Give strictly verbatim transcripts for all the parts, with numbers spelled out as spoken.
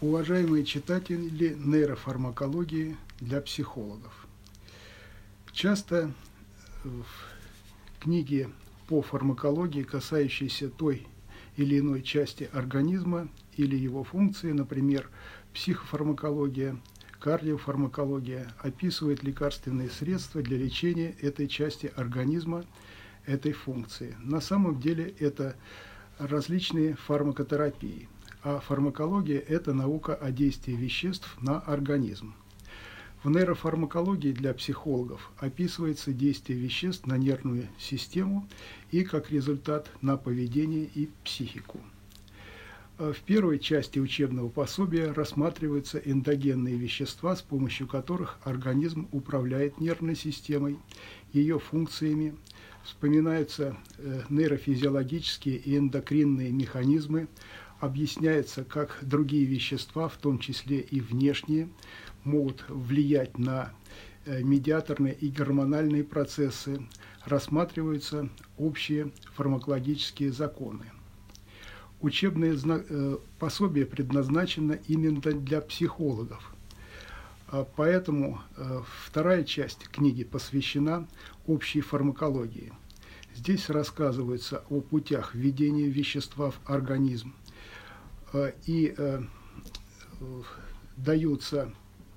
Уважаемые читатели нейрофармакологии для психологов, часто в книге по фармакологии, касающейся той или иной части организма или его функции, например, психофармакология, кардиофармакология, описывает лекарственные средства для лечения этой части организма, этой функции. На самом деле это различные фармакотерапии, а фармакология – это наука о действии веществ на организм. В нейрофармакологии для психологов описывается действие веществ на нервную систему и, как результат, на поведение и психику. В первой части учебного пособия рассматриваются эндогенные вещества, с помощью которых организм управляет нервной системой, ее функциями, вспоминаются нейрофизиологические и эндокринные механизмы, объясняется, как другие вещества, в том числе и внешние, могут влиять на медиаторные и гормональные процессы, рассматриваются общие фармакологические законы. Учебное пособие предназначено именно для психологов, поэтому вторая часть книги посвящена общей фармакологии. Здесь рассказывается о путях введения вещества в организм и даются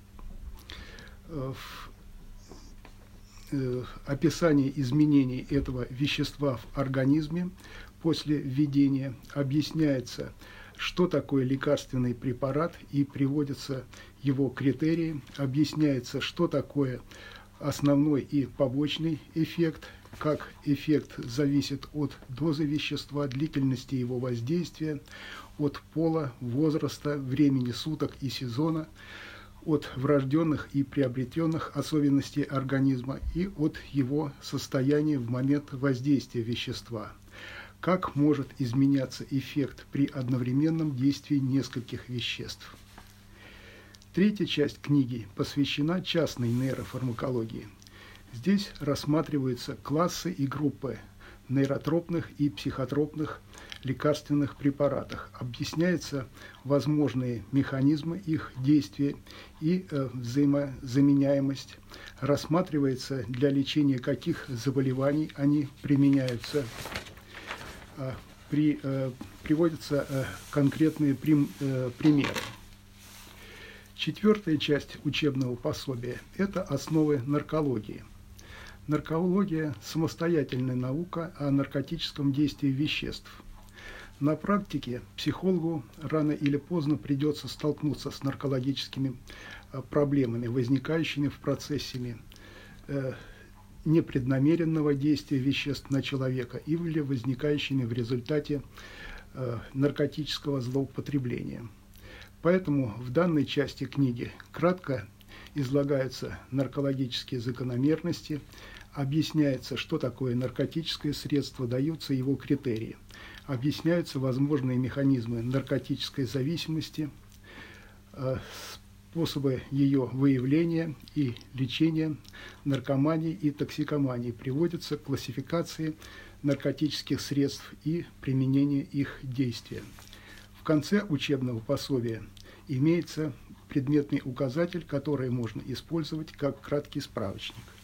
описание изменений этого вещества в организме после введения, объясняется, что такое лекарственный препарат и приводятся его критерии, объясняется, что такое основной и побочный эффект, как эффект зависит от дозы вещества, длительности его воздействия, от пола, возраста, времени суток и сезона, от врожденных и приобретенных особенностей организма и от его состояния в момент воздействия вещества. Как может изменяться эффект при одновременном действии нескольких веществ. Третья часть книги посвящена частной нейрофармакологии. Здесь рассматриваются классы и группы нейротропных и психотропных лекарственных препаратов. Объясняются возможные механизмы их действия и э, взаимозаменяемость. Рассматривается, для лечения каких заболеваний они применяются. Э, при, э, приводятся э, конкретные прим, э, примеры. Четвертая часть учебного пособия – это основы наркологии. Наркология – самостоятельная наука о наркотическом действии веществ. На практике психологу рано или поздно придется столкнуться с наркологическими проблемами, возникающими в процессе непреднамеренного действия веществ на человека или возникающими в результате наркотического злоупотребления. Поэтому в данной части книги кратко излагаются наркологические закономерности, объясняется, что такое наркотическое средство, даются его критерии, объясняются возможные механизмы наркотической зависимости, способы ее выявления и лечения, наркомании и токсикомании, приводятся к классификации наркотических средств и применения их действия. В конце учебного пособия имеется предметный указатель, который можно использовать как краткий справочник.